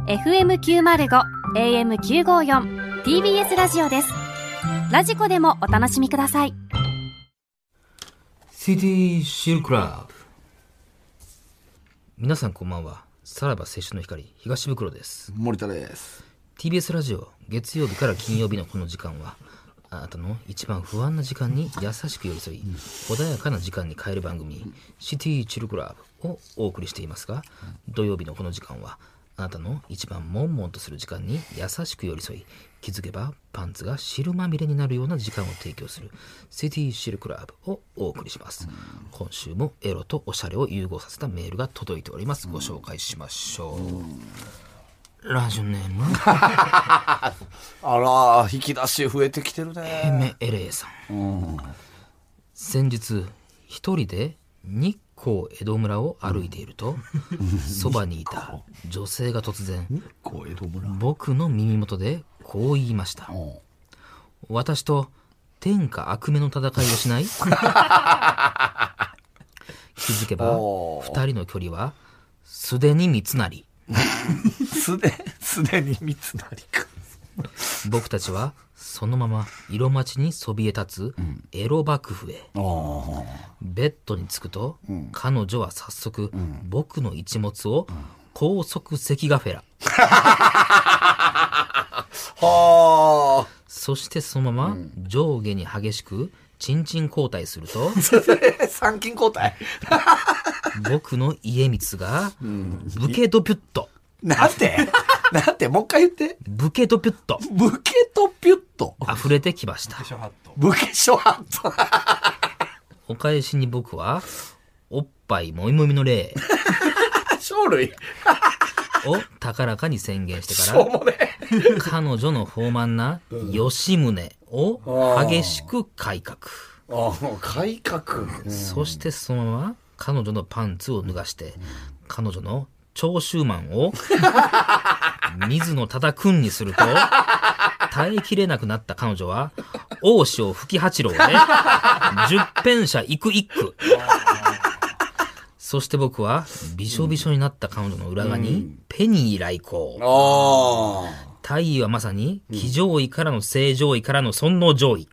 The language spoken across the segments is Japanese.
FM905 AM954 TBS ラジオです。ラジコでもお楽しみください。 シティシルクラブ。皆さんこんばんは。さらば青春の光東袋です。 森田です。 TBS ラジオ月曜日から金曜日のこの時間はあなたの一番不安な時間に優しく寄り添い、穏やかな時間に変える番組シティチルクラブをお送りしていますが、土曜日のこの時間はあなたの一番悶々とする時間に優しく寄り添い、気づけばパンツが汁まみれになるような時間を提供するシティシルクラブをお送りします。今週もエロとおしゃれを融合させたメールが届いております。ご紹介しましょう。ラジオネームあら、引き出し増えてきてるね。 ヘメエレイさん、先日一人で日光江戸村を歩いていると、そばにいた女性が突然僕の耳元でこう言いました。私と天下悪めの戦いをしない？気づけば二人の距離はすでに三つなり。 すでに三つなりか。 僕たちはそのまま色町にそびえ立つエロ幕府へ、ベッドに着くと、彼女は早速、僕の一物を高速赤ガフェラそしてそのまま上下に激しくチンチン交代すると参勤交代僕の家光がブケドピュットなんてもう一回言って。 ブケドピュットブケとピュット溢れてきました。 ブケショハットお返しに僕はおっぱいもみもみの礼生類を高らかに宣言してから彼女の豊満な吉宗を激しく改革。 改革。 そしてそのまま彼女のパンツを脱がして彼女の長州マンを水野忠君にすると、耐えきれなくなった彼女は大塩吹八郎で十編者行く一句。そして僕はびしょびしょになった彼女の裏側にペニー来航。大尉はまさに騎乗位からの正常位からの尊王攘夷。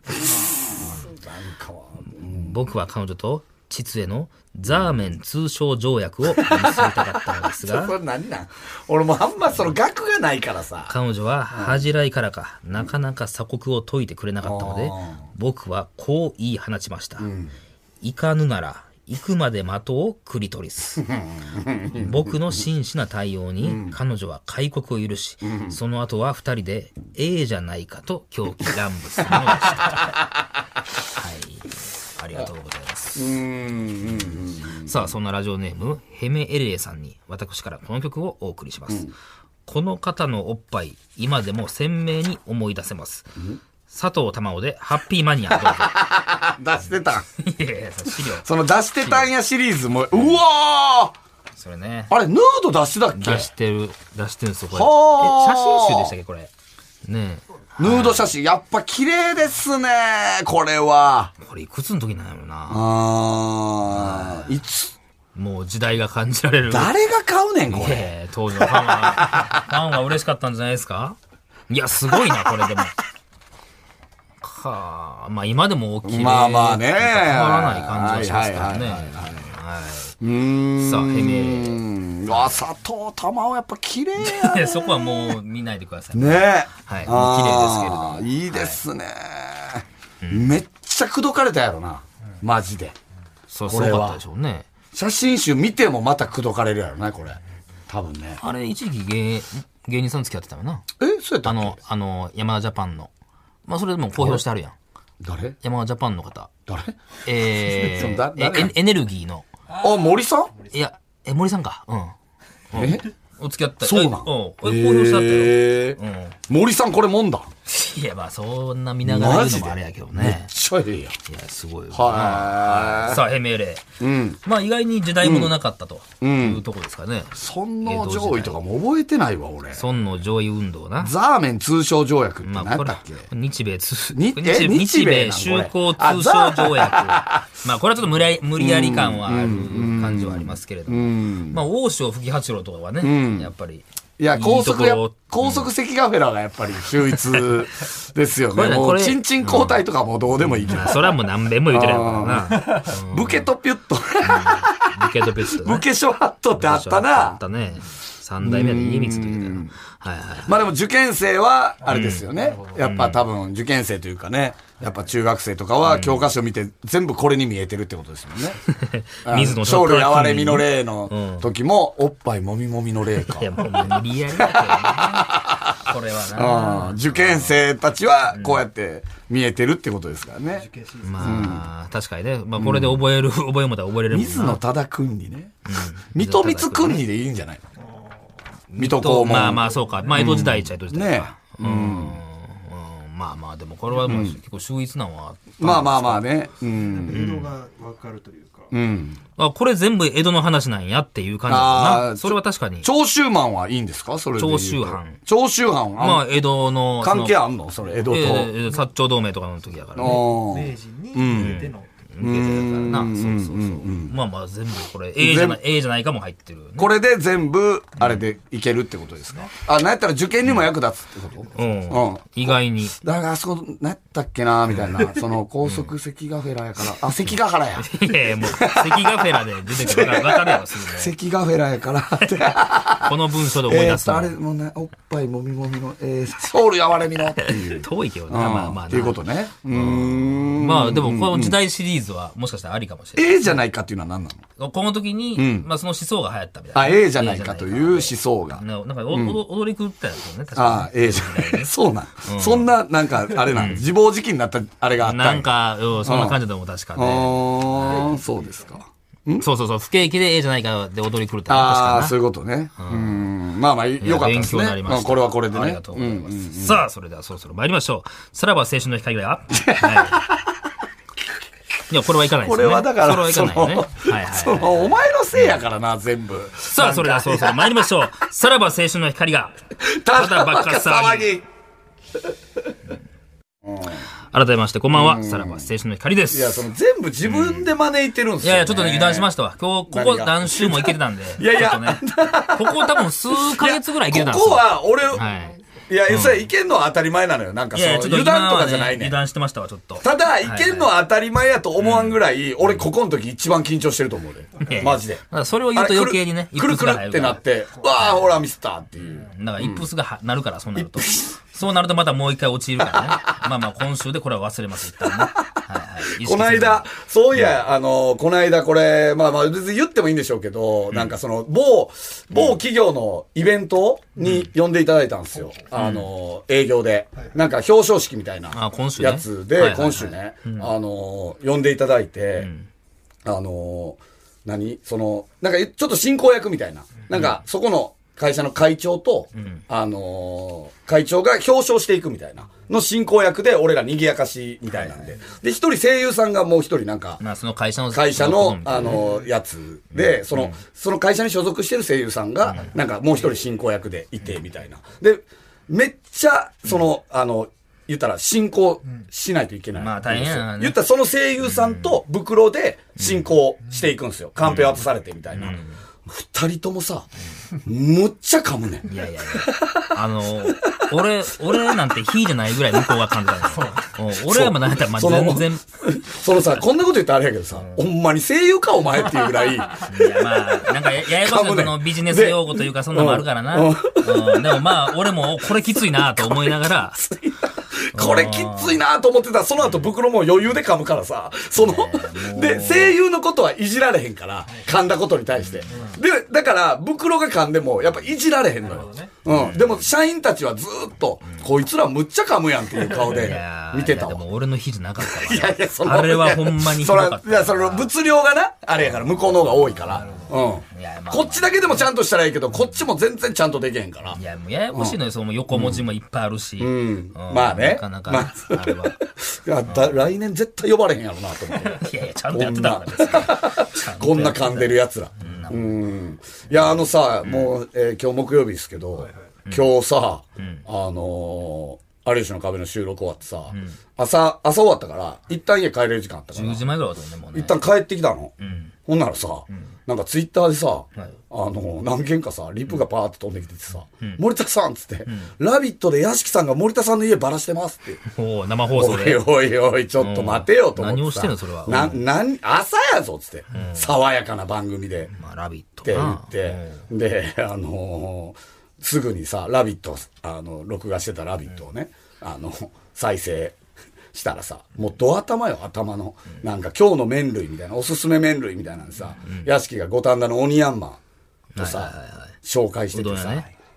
僕は彼女と膣へのザーメン通商条約を結びたかったのですがそれ何なん？俺もあんまその額がないからさ。 彼女は恥じらいからか、なかなか鎖国を解いてくれなかったので、僕はこう言い放ちました。行かぬなら行くまで待とうクリトリス。僕の真摯な対応に彼女は開国を許し、その後は二人でええじゃないかと狂気乱舞するのでした。はい、ありがとうございます。さあ、そんなラジオネームヘメエレイさんに私からこの曲をお送りします。この方のおっぱい今でも鮮明に思い出せます。佐藤珠緒でハッピーマニア。 出してたんいやいや、資料その出してたんやシリーズも、うわーそれね、 あれヌード出してたっけ？ 出してるんですよこれ。写真集でしたっけこれね。 ヌード写真やっぱ綺麗ですね。これはこれいくつの時なんやろな。 いつもう時代が感じられる。 誰が買うねんこれ。 当時のファンは嬉しかったんじゃないですか。いやすごいなこれでも。まあ今でも綺麗。 まあまあね。 変わらない感じがしますからね。さあヘメ佐藤珠緒やっぱ綺麗やね。 そこはもう見ないでくださいね。 はい、もう綺麗ですけれども。 いいですね。めっちゃ口説かれたやろな。マジで。 そうかったでしょうね。 写真集見てもまた口説かれるやろなこれ。多分ね。 あれ一時期芸人さん付き合ってたよな。 そうやったっけ？ 山田ジャパンの。まあそれでも公表してあるやん。 誰？ 山田ジャパンの方。 誰？ エネルギーの。 森さん？ いや、森さんか。お付き合った。 そうなん？ 公表してあったよ。 森さんこれもんだ。 いや、まあそんな見ながら言うのもあれやけどね。 めっちゃええやん。いや、すごいよ。 さあ、ヘメエレイ。まあ意外に時代物なかったというとこですかね。 尊王攘夷とかも覚えてないわ、俺。 尊王攘夷運動な。 ザーメン通商条約って何だっけ？ 日米修好通商条約。まあこれはちょっと無理やり感はある感じはありますけれども。まあ王将吹八郎とかはね、やっぱりいや、高速いいところ高速関ヶ原がやっぱり秀逸ですよね。もう、 これチンチン交代とかもうどうでもいいけど。 それはもう何遍も言ってるやろからな。 ブケとピュッと。 ブケとピュッとね。 ブケショハットってあったな。 あったね。三代目の家光の時だよ。はいはい。 まあでも受験生は、あれですよね。やっぱ多分受験生というかね、やっぱ中学生とかは教科書見て全部これに見えてるってことですもんね。 水野生類哀れみの霊の時も、おっぱいもみもみの霊かい。や、もう無理やりだけどね。これはな。 受験生たちはこうやって見えてるってことですからね。 まあ、確かにね。まあ、これで覚えようもたら覚えれるもんな。 水野忠君にね。水戸光君にでいいんじゃないの水戸黄門。 まあまあ、そうか。まあ、江戸時代っちゃ江戸時代ねか。まあまあ、でもこれはもう結構秀逸なのは。 まあまあまあね。 江戸がわかるというか。 あ、これ全部江戸の話なんやっていう感じだな。それは確かに。 長州藩はいいんですかそれで言うと。 長州藩。 長州藩は、 まあ、江戸の。 関係あんのそれ、江戸と。 薩長同盟とかの時だからね。 明治に向けての。 受けてるからな。そうそうそう。まあまあ全部これ、A じゃないかも入ってるよね。 これで全部、あれでいけるってことですかあ、なんやったら受験にも役立つってことうん。意外に。 だからあそこ、なんやったっけなみたいな。その、高速関ヶ原やから。あ、関ヶ原や。 いやいや、もう、関ヶ原で出てくるから分かるやろ、すぐね。 関ヶ原やからって。 この文章で思い出すの。 あれもね、おっぱいもみもみの、ソウルやわれみのっていう。 遠いけどね。まあまあ。 っていうことね。 まあでも、この時代シリーズはもしかしたらありかもしれない。 A じゃないかっていうのは何なのこの時に、まあその思想が流行ったみたいな。 あ、A じゃないかという思想が。 なんか踊り狂ったやつよね、確かああ、A じゃない。そうなん。そんな、なんか、あれなん。自暴自棄になったあれがあったんや。 なんか、そんな感じだと思う、確かね。 そうですか。 そうそうそう、不景気で A じゃないかで踊り狂ったのああ、そういうことね。まあまあ、よかったですね。 勉強になりました。 これはこれでね。 ありがとうございます。さあ、それではそろそろ参りましょう。さらば青春の光が。いや、これはいかないですよね。 これはだから、 それはいかないよね。はいはい。 お前のせいやからな、全部。 さあ、それではそろそろ参りましょう。さらば青春の光が。ただばっか騒ぎ。改めまして、こんばんは。さらば青春の光です。 いや、全部自分で招いてるんですよ。 いやいや、ちょっとね、油断しましたわ。今日、ここ何週もいけてたんで。 いやいや、 ここ多分数ヶ月ぐらいいけてたんですよ。 ここは、俺、 はい。 いや、それいけんのは当たり前なのよ。なんか油断とかじゃないね。 油断してましたわ、ちょっと。 ただ、いけんのは当たり前やと思わんぐらい、俺ここの時一番緊張してると思うで。マジで。 それを言うと余計にね、 くるくるってなって、わあ、ほら、ミスターっていう。 だから、イップスがなるから、そうなると。そうなるとまたもう一回落ちるからね。まあまあ、今週でこれは忘れます、一旦ね。はいはい。 この間、そういや、この間これ、まあまあ別に言ってもいいんでしょうけど、なんか某企業のイベントに呼んでいただいたんですよ。営業で。なんか表彰式みたいなやつで、今週ね、呼んでいただいて、なんかちょっと進行役みたいな。なんかそこの会社の会長と、会長が表彰していくみたいなの進行役で、俺ら賑やかしみたいなんで。で、一人声優さんがもう一人なんか、 その会社の、 やつで、その会社に所属してる声優さんが、なんかもう一人進行役でいて、みたいな。で、めっちゃ、言ったら進行しないといけない。 まあ大変やね。 言ったらその声優さんと袋で進行していくんですよ。カンペ渡されてみたいな。二人ともさ、むっちゃ噛むねん。 いやいやいや。俺なんて火じゃないぐらい向こうが噛んでたんですよ。俺はまあなんか全然。 こんなこと言ったらあれやけどさ、ほんまに声優かお前っていうぐらい。いやまあ、なんかややこしいそのビジネス用語というかそんなのもあるからな。でもまあ、俺もこれきついなと思いながら。 これきついなと思ってたら、その後袋も余裕で噛むからさ、で、声優のことはいじられへんから、噛んだことに対して。で、だから、袋が噛んでも、やっぱいじられへんのよ。でも、社員たちはずーっと、こいつらむっちゃ噛むやんっていう顔で見てたわ。 でも俺の日じゃなかったわ。 いやいや、 あれはほんまにひどかった。 いや、物量がな、あれやから、向こうの方が多いから。こっちだけでもちゃんとしたらいいけど、こっちも全然ちゃんとできへんから。 いや、もうややこしいのよ、その横文字もいっぱいあるし。 まあね。 なかなか、あれは。 来年絶対呼ばれへんやろなと思って。 いやいや、ちゃんとやってたからこんな噛んでる奴ら。いや、もう、今日木曜日ですけど、今日さ、有吉の壁の収録終わってさ、朝終わったから、一旦家帰れる時間あったから。 10時前ぐらいだとね、もうね。 一旦帰ってきたの。 ほんならさ、なんかツイッターでさ、 い何件かさ、リプがパーって飛んできててさ、森田さんっつって、ラビットで屋敷さんが森田さんの家ばらしてますって。 おー生放送で。 おいおい、ちょっと待てよと思ってさ。 何をしてんのそれは。 朝やぞっつって、爽やかな番組で。 まあ、ラビットって言な。 って、で、すぐにさ、ラビット、録画してたラビットをね、再生したらさ、もうド頭よ、頭の。なんか今日の麺類みたいな、おすすめ麺類みたいなのさ、屋敷が五反田のオニヤンマンとさ、紹介しててさ、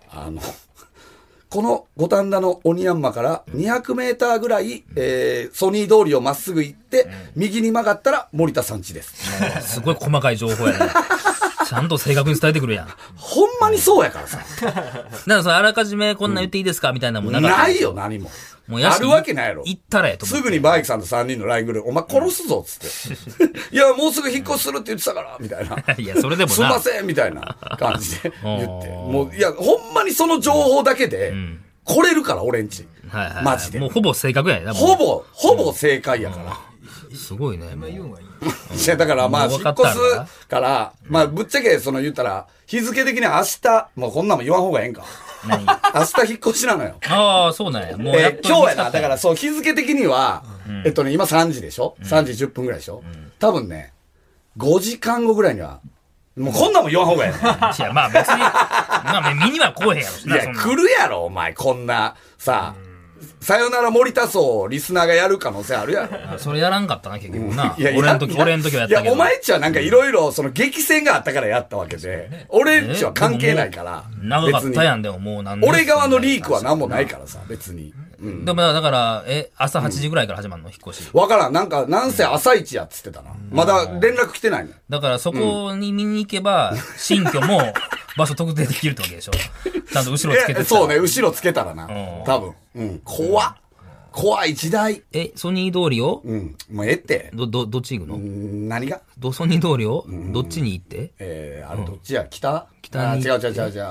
この五反田のオニヤンマから200メーターぐらい、ソニー通りをまっすぐ行って、右に曲がったら森田さん家です。 すごい細かい情報やね。ちゃんと正確に伝えてくるやん。 ほんまにそうやからさ。 だからそのあらかじめこんなん言っていいですかみたいなもんなかった。 ないよ、何も。 もうやしあるわけないやろ。 行ったらやと思って。 すぐにバイクさんと3人の LINE グループ、お前殺すぞ、つって。いや、もうすぐ引っ越しするって言ってたから、みたいな。 いや、それでもな。 すいません、みたいな感じで言って。もう、いや、ほんまにその情報だけで、来れるから、俺んち。 はいはい。 マジで。 もうほぼ正確やね。 ほぼ正解やから。 すごいね。もういや、だからまあ、引っ越すから、まあ、ぶっちゃけ、言ったら、日付的には明日、もうこんなんも言わん方がええんか。 何明日引っ越しなのよ。 ああ、そうなんや。もうやっと今日やな。だからそう、日付的には、今3時でしょ ?3 時10分ぐらいでしょ多分ね、5時間後ぐらいには、もうこんなんも言わん方がええね。 いや、まあ別に、まあ見には来えへんやろしな。 いや、来るやろ、お前、こんな、さ、さよなら森田荘をリスナーがやる可能性あるやろ。 それやらんかったな、結局な。 いや俺の時はやったけど。 いや、お前んちはなんかいろいろ、激戦があったからやったわけで、俺んちは関係ないから。 長かったやん、でももう何年。 俺側のリークは何もないからさ、別に。 でもだから、朝8時ぐらいから始まるの、引っ越し。 わからん。なんせ朝一やっつってたな。まだ連絡来てないの。 だからそこに見に行けば、新居も場所特定できるってわけでしょ。ちゃんと後ろつけてそうね、後ろつけたらな。多分。怖い時代。 ソニー通りをもうええって。 どっち行くの？ 何が？ ソニー通りをどっちに行って？ あれどっちや？北に。違う。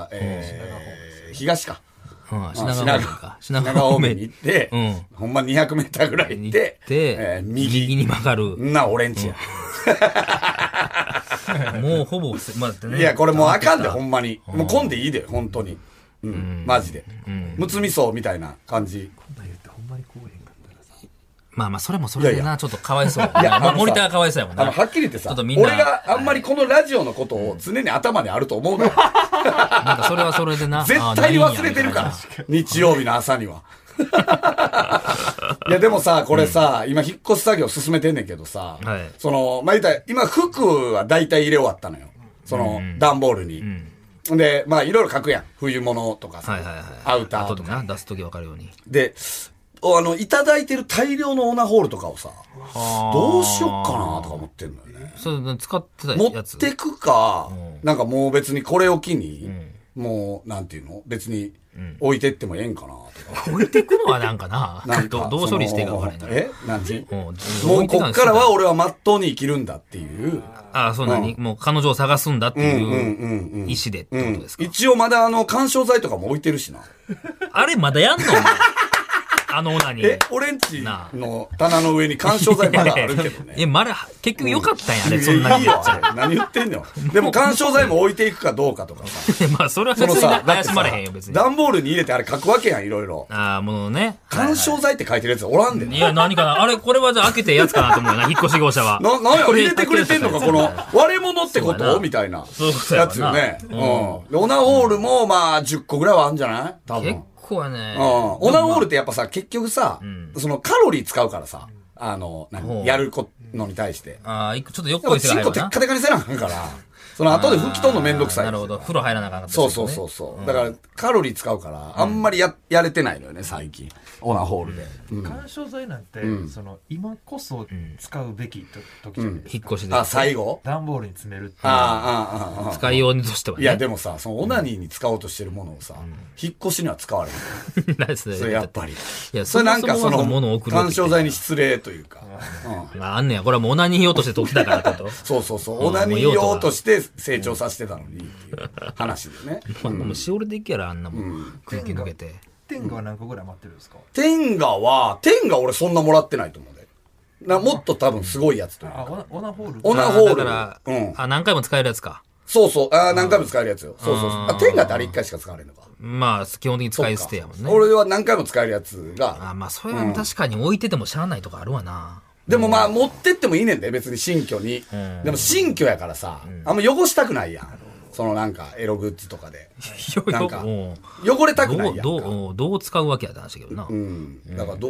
東か。 品川か。 品川方面に行って、ほんま200メーターぐらい行って、 右に曲がる。 俺んちや。 もうほぼ、 いや、これもうあかんで、ほんまに。もう混んでいいで、本当に。マジで。むつみそうみたいな感じ。 まあそれもそれでな、ちょっとかわいそう。いや、森田がかわいそうやもんな。 はっきり言ってさ、俺があんまりこのラジオのことを常に頭にあると思うのよ。 なんかそれはそれでな。 絶対に忘れてるから。日曜日の朝には。いや、でもさ、これさ、今引っ越し作業進めてんねんけどさ、まあ、言ったら、今服は大体入れ終わったのよ。段ボールに。で、まあ、いろいろ書くやん。冬物とかさ、アウターとか。 出すときわかるように。 で、いただいてる大量のオナホールとかをさ、どうしよっかなとか思ってんのよね。 それ使ってた持やつってくか、なんかもう別にこれを機に、もう、なんていうの別に置いてってもええんかなとか。 置いてくのはなんかな。どう処理していいか分からへんから。 何もうこっからは俺は真っ当に生きるんだっていう。 そうもう彼女を探すんだっていう意思でってことですか。 一応まだ干渉剤とかも置いてるしな。 あれまだやんのオナニー。 俺んちの棚の上に干渉剤まだあるけどね。 結局良かったんや、あれ、そんなに。 いいよ、何言ってんの。でも干渉剤も置いていくかどうかとかさ。 まあ、それは別に怪しまれへんよ、別に。 段ボールに入れてあれ書くわけやん、いろいろ。 もうね。 干渉剤って書いてるやつおらんで。 いや、何かな。これはじゃあ開けてやつかなと思うよな、引っ越し業者は。 なんや、入れてくれてんのか、この、割れ物ってことみたいな。やつよね。オナホールも、まあ、10個ぐらいはあるんじゃない多分。 構ね。 オナホールってやっぱさ、結局さ、そのカロリー使うからさ、やるのに対して。 ちょっとよっこいせが入るな。 チンコテッカテカにせなあかんから、その後で拭き取るのめんどくさい。 なるほど。風呂入らなあかんかった。 そう。だから、カロリー使うから、あんまりやれてないのよね、最近。オナホールで。 干渉剤なんて、今こそ使うべき時じゃないですか。 引っ越しで。 最後段ボールに詰めるっていう。 使いようにとしてはね。 いや、でもさ、そのオナニーに使おうとしてるものをさ、引っ越しには使われない。それやっぱり。 いや、 それなんかその、干渉剤に失礼というか。 あんねや。これはもうオナニー用として取ってたからってこと。 そう。オナニー用として成長させてたのにっていう話でね。 もうしおれでいけやら、あんなもん。空気抜けて。 天下は何個ぐらい余ってるんですか？ 天下俺そんなもらってないと思うで。 もっと多分すごいやつというか。 オナホール。 オナホール。 だから、何回も使えるやつか。 そうそう。何回も使えるやつよ。そうそう。テンガってあれ1回しか使われんのか。 まあ、基本的に使い捨てやもんね。 俺は何回も使えるやつが。 まあ、それは確かに置いててもしゃあないとかあるわな。 でもまあ、持ってってもいいねんで、別に新居に。でも新居やからさ、あんま汚したくないやん。そのなんか、エログッズとかで。なんか、汚れたくないやんか。 どう使うわけやって話だけどな。 だから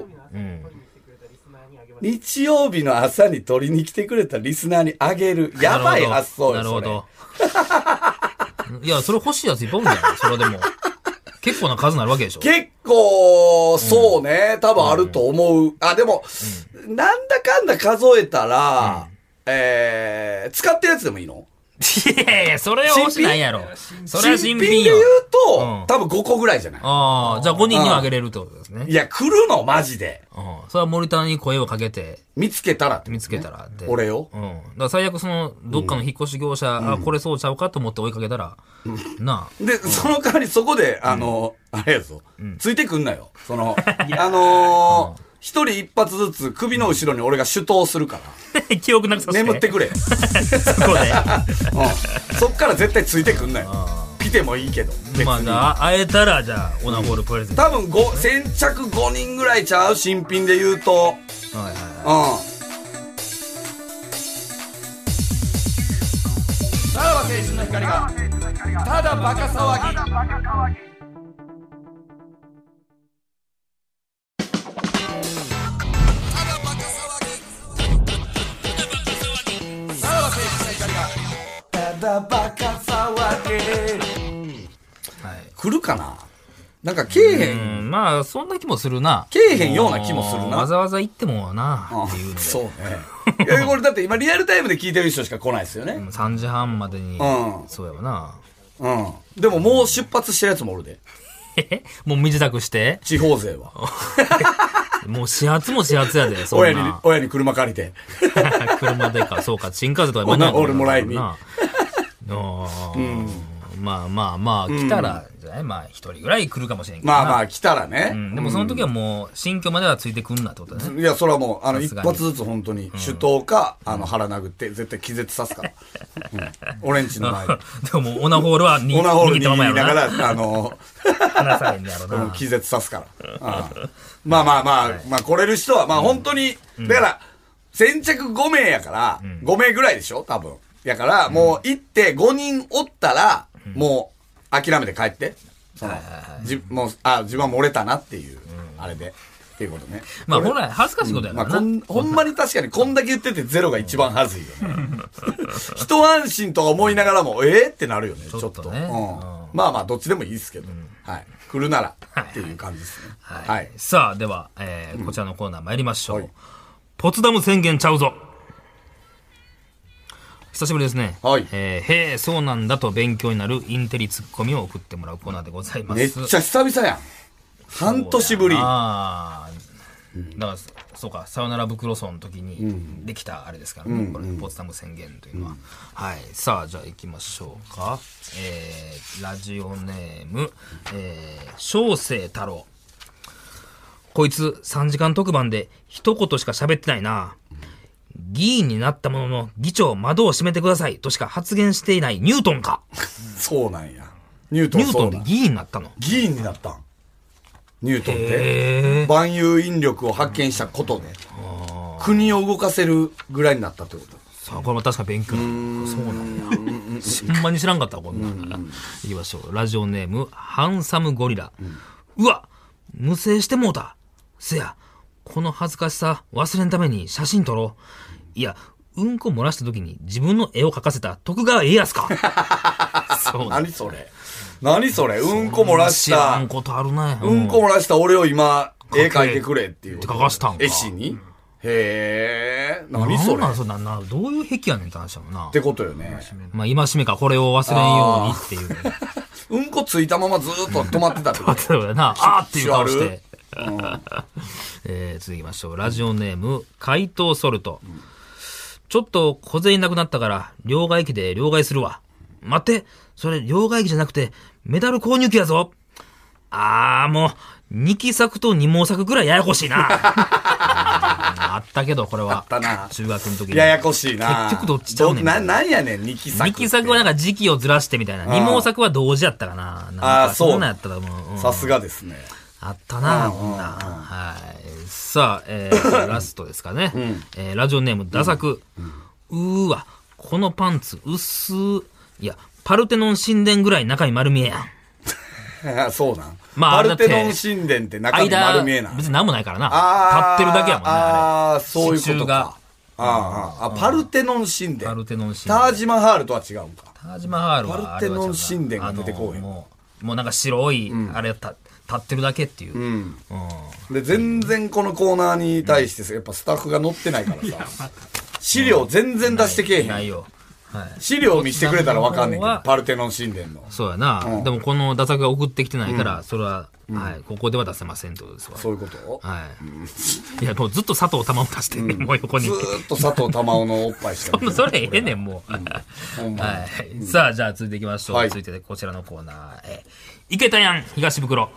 日曜日の朝に取りに来てくれたリスナーにあげる。やばい発想よ。 なるほど。いや、それ欲しいやついっぱいおるんじゃないそれでも。結構な数になるわけでしょ。 結構、そうね。多分あると思う。でも、なんだかんだ数えたら、使ってるやつでもいいの？ いやいや、それは欲しないやろ。それは新品よ。 新品で言うと、多分5個ぐらいじゃない？ じゃあ5人にはあげれるってことですね。 いや、来るのマジで。 それは森田に声をかけて。 見つけたらって。 見つけたらって。 俺を。 だから最悪どっかの引っ越し業者、これそうちゃうかと思って追いかけたら、なあ。 で、その代わりそこで、あれやぞ。ついてくんなよ。一人一発ずつ首の後ろに俺が手刀するから。 記憶なくさせて。 眠ってくれ。 そこで。 そっから絶対ついてくんなよ。来てもいいけど。 まあ、じゃあ、会えたら、じゃあ、オナホールプレゼント。 多分先着5人ぐらいちゃう新品で言うと。はいはい。さらば青春の光が、ただバカ騒ぎ。バカ騒ぎ。来るかな？なんかけえへん。 まあ、そんな気もするな。 けえへんような気もするな。 わざわざ行ってもな、っていうので。 そうね。これだって今リアルタイムで聞いてる人しか来ないですよね。 3時半までに。そうやわな。 でももう出発してるやつもおるで。 もう身支度して？ 地方勢は。 もう始発も始発やで、 親に車借りて。 車でか、そうか、新幹線とか今ない俺もらいに。 まあ、来たら、じゃないまあ、一人ぐらい来るかもしれんけど。 まあ、来たらね。 でもその時はもう、新居まではついてくんなってことだね。 いや、それはもう、一発ずつ本当に、手刀か、腹殴って、絶対気絶さすから。俺んちの前で。 でももう、オナホールはオナホール握りながら、 話さへんねやろな。 気絶さすから。まあ、来れる人は、まあ本当に、だから、先着5名やから、5名ぐらいでしょ多分。やから、もう行って5人おったら、もう諦めて帰って。自分は漏れたなっていう、あれで。っていうことね。 まあ本来恥ずかしいことやからな。 ほんまに確かにこんだけ言っててゼロが一番恥ずいよね。一安心とか思いながらも、ってなるよね、ちょっと。まあまあ、どっちでもいいですけど。はい。来るならっていう感じですね。はい。 さあ、では、こちらのコーナー参りましょう。ポツダム宣言ちゃうぞ。久しぶりですね。 はい。 へえ、そうなんだと勉強になるインテリツッコミを送ってもらうコーナーでございます。 めっちゃ久々やん。半年ぶり。 だから、そうか、さよなら袋荘の時にできたあれですからね。これ、ポツダム宣言というのは。はい。さあ、じゃあ行きましょうか。ラジオネーム、小生太郎。こいつ3時間特番で一言しか喋ってないな。議員になったものの議長窓を閉めてくださいとしか発言していないニュートンか。 そうなんや。ニュートンで議員になったの？ 議員になったん。ニュートンって万有引力を発見したことで国を動かせるぐらいになったってこと。 さあ、これも確か勉強。そうなんや。ほんまに知らんかったわ、こんな。いきましょう。ラジオネーム、ハンサムゴリラ。うわ、無制してもうた。せや、この恥ずかしさ忘れんために写真撮ろう。いや、うんこ漏らした時に自分の絵を描かせた徳川家康か。 そう。何それうんこ漏らした。 うんことあるね。 うんこ漏らした俺を今、絵描いてくれっていう。 描かしたんか。 絵師にへえ、何それ。 どういう癖やねんって話だもんな。 ってことよね。 まあ、今しめかこれを忘れんようにっていう。 うんこついたままずーっと止まってたってこと。 止まってたよな。あーっていう顔して。続きましょう。ラジオネーム、怪盗ソルト。ちょっと小銭なくなったから、両替機で両替するわ。待って、それ両替機じゃなくて、メダル購入機やぞ。もう、2期作と2毛作ぐらいややこしいな。 あったけど、これは。 あったな。 中学の時に。 ややこしいな。 結局どっちちゃうねん。 なんやねん、2期作。 2期作はなんか時期をずらしてみたいな。二毛作は同時やったかな。なんかそんなんやったらもう。 さすがですね。 あったな、こんなん。はい。さあ、ラストですかね。ラジオネーム、ダサク。うーわ、このパンツ、薄いや、パルテノン神殿ぐらい中身丸見えやん。 そうなん。 まあ、 パルテノン神殿って中身丸見えなん。 別に何もないからな。立ってるだけやもんね。 ああ、そういうことか。パルテノン神殿。 パルテノン神タージマハールとは違うんか。 タージマハールはパルテノン神殿が出てこうよ。 もうなんか白い、あれ立ってるだけっていう。 で、全然このコーナーに対してやっぱスタッフが載ってないからさ。資料全然出してけえへん。 ないよ。 資料見せてくれたらわかんねんけど、パルテノン神殿の。 そうやな。でもこのダサクが送ってきてないから、それは、ここでは出せませんってことですわ。 そういうことはい。いや、もうずっと佐藤玉を出してね、もう横に。 ずーっと佐藤玉緒のおっぱいしかそれええねん、もう。はい。さあ、じゃあ続いていきましょう。続いてこちらのコーナー。池田やん、東袋。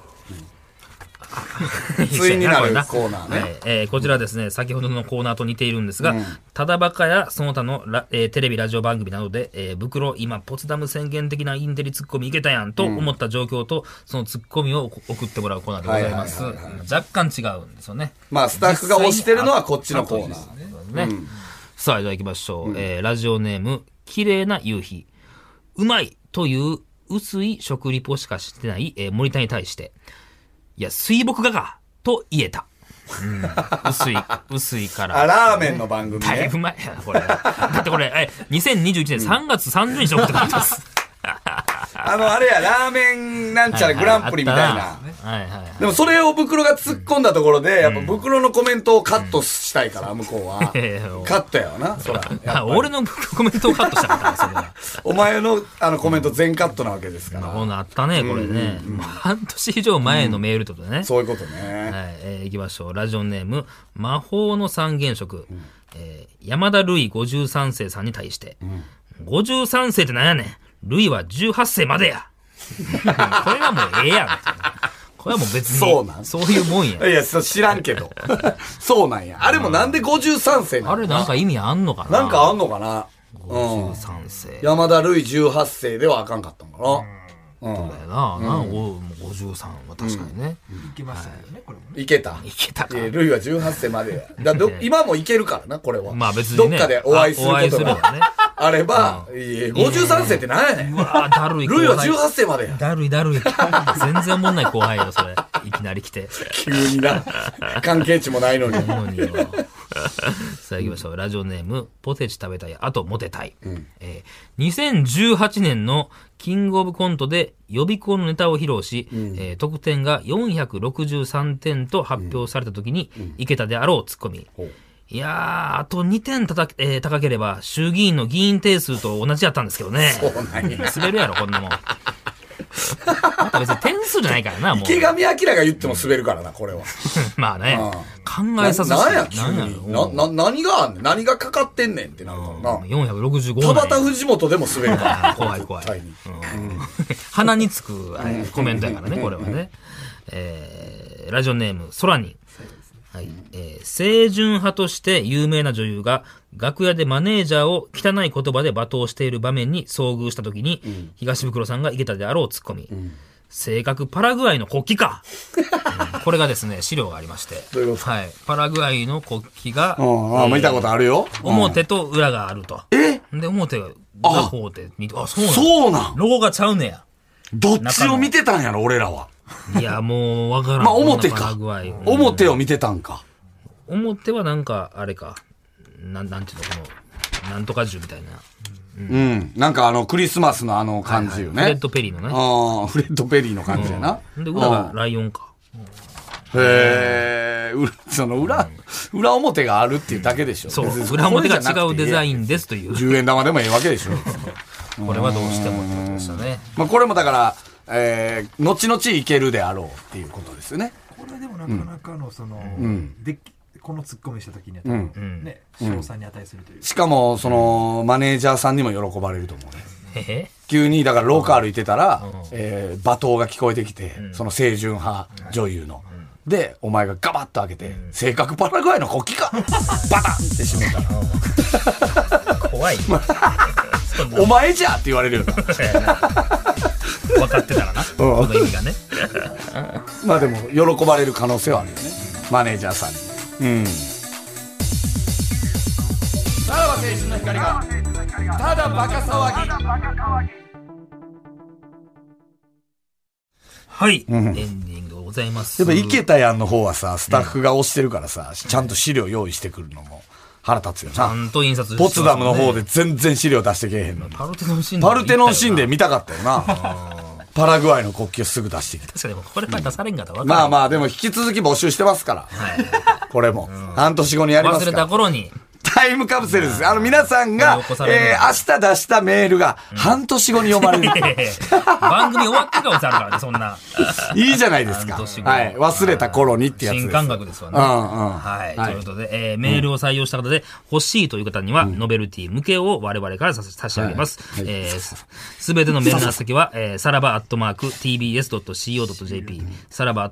ついになるコーナーね。 こちらですね、先ほどのコーナーと似ているんですが、ただバカやその他のテレビ、ラジオ番組などで、袋、今、ポツダム宣言的なインテリツッコミいけたやんと思った状況と、そのツッコミを送ってもらうコーナーでございます。若干違うんですよね。 まあ、スタッフが推してるのはこっちのコーナー。 ね。さあ、じゃあ行きましょう。ラジオネーム、綺麗な夕日。うまいという薄い食リポしかしてない、森田に対して、いや、水墨画かと言えた。薄いから。 ラーメンの番組ね。 だいぶ前やな、これ。だってこれ、2021年3月30日送ってくれてます。 あれや、ラーメンなんちゃらグランプリみたいな。でもそれを袋が突っ込んだところで、やっぱ袋のコメントをカットしたいから、向こうは。カットやわな、そら。 俺のコメントをカットしたかったそれは。 お前のコメント全カットなわけですから。 こうなったね、これね。半年以上前のメールってことね。 そういうことね。 はい、行きましょう。ラジオネーム、魔法の三原色。山田るい53世さんに対して、53世って何やねん。ルイは18世までや。これはもうええやん。これはもう別に。そういうもんや。 いや、知らんけど。そうなんや。あれもなんで53世なの？ あれなんか意味あんのかな？ なんかあんのかな？ 53世。 山田るい18世ではあかんかったのかな？ そうだよな。53は確かにね。 いけましたよね、これもね。 いけた。 いけたか。 ルイは18世までや。今もいけるからな、これは。 まあ別にね。 どっかでお会いすることがあれば、53世って何やねん。 うわだるい。 ルイは18世までや。 だるい。全然おもんない後輩よ、それ。いきなり来て。 急にな。関係値もないのに。 さあ行きましょう。ラジオネーム、ポテチ食べたい、あとモテたい。2018年のキングオブコントで予備校のネタを披露し、得点が463点と発表された時に、いけたであろうツッコミ。いやー、あと2点高ければ衆議院の議員定数と同じやったんですけどね。 そうなんや。 滑るやろ、こんなもん。また別に点数じゃないからな、もう。 池上彰が言っても滑るからな、これは。 まあね。考えさせて。 何や、何があんねん。何がかかってんねんってなるからな。 465 田畑藤本でも滑るから。 怖い。鼻につくコメントやからね、これはね。ラジオネーム、空に。清純派として有名な女優が楽屋でマネージャーを汚い言葉で罵倒している場面に遭遇したときに、東袋さんがいけたであろうツッコミ。性格パラグアイの国旗か。これがですね、資料がありまして。 どういうこと？ はい。パラグアイの国旗が、 見たことあるよ。 表と裏があると。で、表が方で見て、 そうなん。 ロゴがちゃうねや。 どっちを見てたんやろ、俺らは。 いや、もう、わからん。 まあ、表か。表を見てたんか。 表はなんか、あれか。なんていうの、この、なんとか銃みたいな。 なんかクリスマスの感じよね。 フレッド・ペリーのね。 フレッド・ペリーの感じやな。 で、裏がライオンか。 へえ、その裏表があるっていうだけでしょ。 そう、裏表が違うデザインですという。 10円玉でもええわけでしょ。 これはどうしてもってことでしたね。 まあ、これもだから、後々いけるであろうっていうことですよね。 これでもなかなかのこのツッコミした時にはね、賞賛に値するという。 しかもマネージャーさんにも喜ばれると思うね。急にだから廊下歩いてたら、罵倒が聞こえてきて、その清純派女優の。 で、お前がガバッと開けて、性格パラグアイの国旗かバタンって閉めたら。 怖い。 お前じゃって言われるよな。 分かってたらな、その意味がね。 まあでも、喜ばれる可能性はあるよね。マネージャーさんに。さらば青春の光が、ただバカ騒ぎ。 はい、エンディングでございます。 やっぱ池田やんの方はさ、スタッフが押してるからさ、ちゃんと資料用意してくるのも腹立つよな。 ちゃんと印刷してポツダムの方で全然資料出してけえへんのに。 パルテノン神殿見たかったよな。パラグアイの国旗をすぐ出してきて。 確かにこれは出されんかったら分まあまあ、でも引き続き募集してますから。これも。半年後にやりますから。 忘れた頃に。 タイムカプセルです。皆さんが、明日出したメールが半年後に読まれる。 番組終わってから押せあるからね、そんな。 いいじゃないですか。はい。忘れた頃にってやつです。 新感覚ですわね。はい。ということで、メールを採用した方で欲しいという方には、ノベルティ向けを我々から差し上げます。すべてのメールの先は、さらば@tbs.co.jp、さらば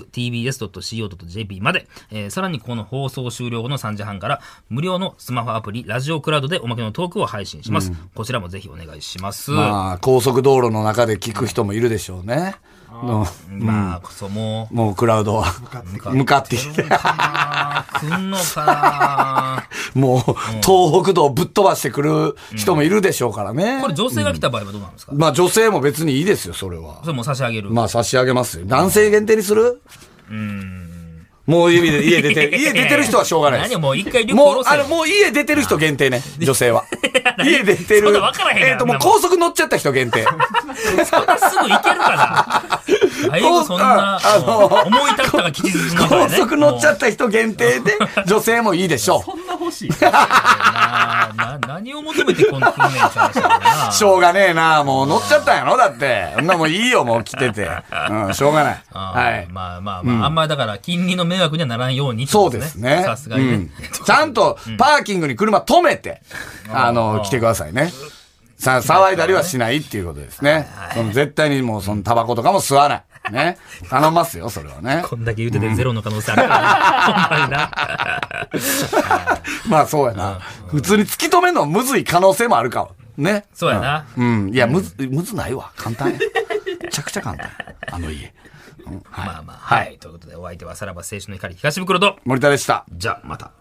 @tbs.co.jp まで、さらにこの放送終了後の3時半から、無料のスマホアプリラジオクラウドでおまけのトークを配信します。こちらもぜひお願いします。 まあ、高速道路の中で聞く人もいるでしょうね。 まあ、もうクラウドは向かってきて。 来んのかなもう、東北道ぶっ飛ばしてくる人もいるでしょうからね。 これ女性が来た場合はどうなんですか？ まあ女性も別にいいですよ、それは。 それも差し上げる。 まあ差し上げますよ。男性限定にする？もう家出てる人はしょうがないです。 何もう一回リュック下ろせよ。 もう家出てる人限定ね、女性は。家出てる。 そんな分からへんからもう高速乗っちゃった人限定。 そんなすぐ行けるかな。だいぶそんな、思い立ったが吉日に、ね。 高速乗っちゃった人限定で、女性もいいでしょう。 そんな欲しい。何を求めてこんな訓練させたのかな。 しょうがねえな。もう乗っちゃったんやろだって。そんなもんいいよ、もう来てて。しょうがない。はい。 まあ、あんまりだから、近隣の迷惑にはならんように、 そうですね。 さすがにね。 ちゃんと、パーキングに車止めて、来てくださいね。騒いだりはしないっていうことですね。絶対にもう、タバコとかも吸わない。ね。頼ますよ、それはね。 こんだけ言うててゼロの可能性あるからね。ほんまにな。 まあそうやな。普通に突き止めるのむずい可能性もあるかも。ね。 そうやな。 いや、むずないわ。簡単や。めちゃくちゃ簡単。あの家。 まあ。はい。ということで、お相手はさらば青春の光東袋と森田でした。 じゃあ、また。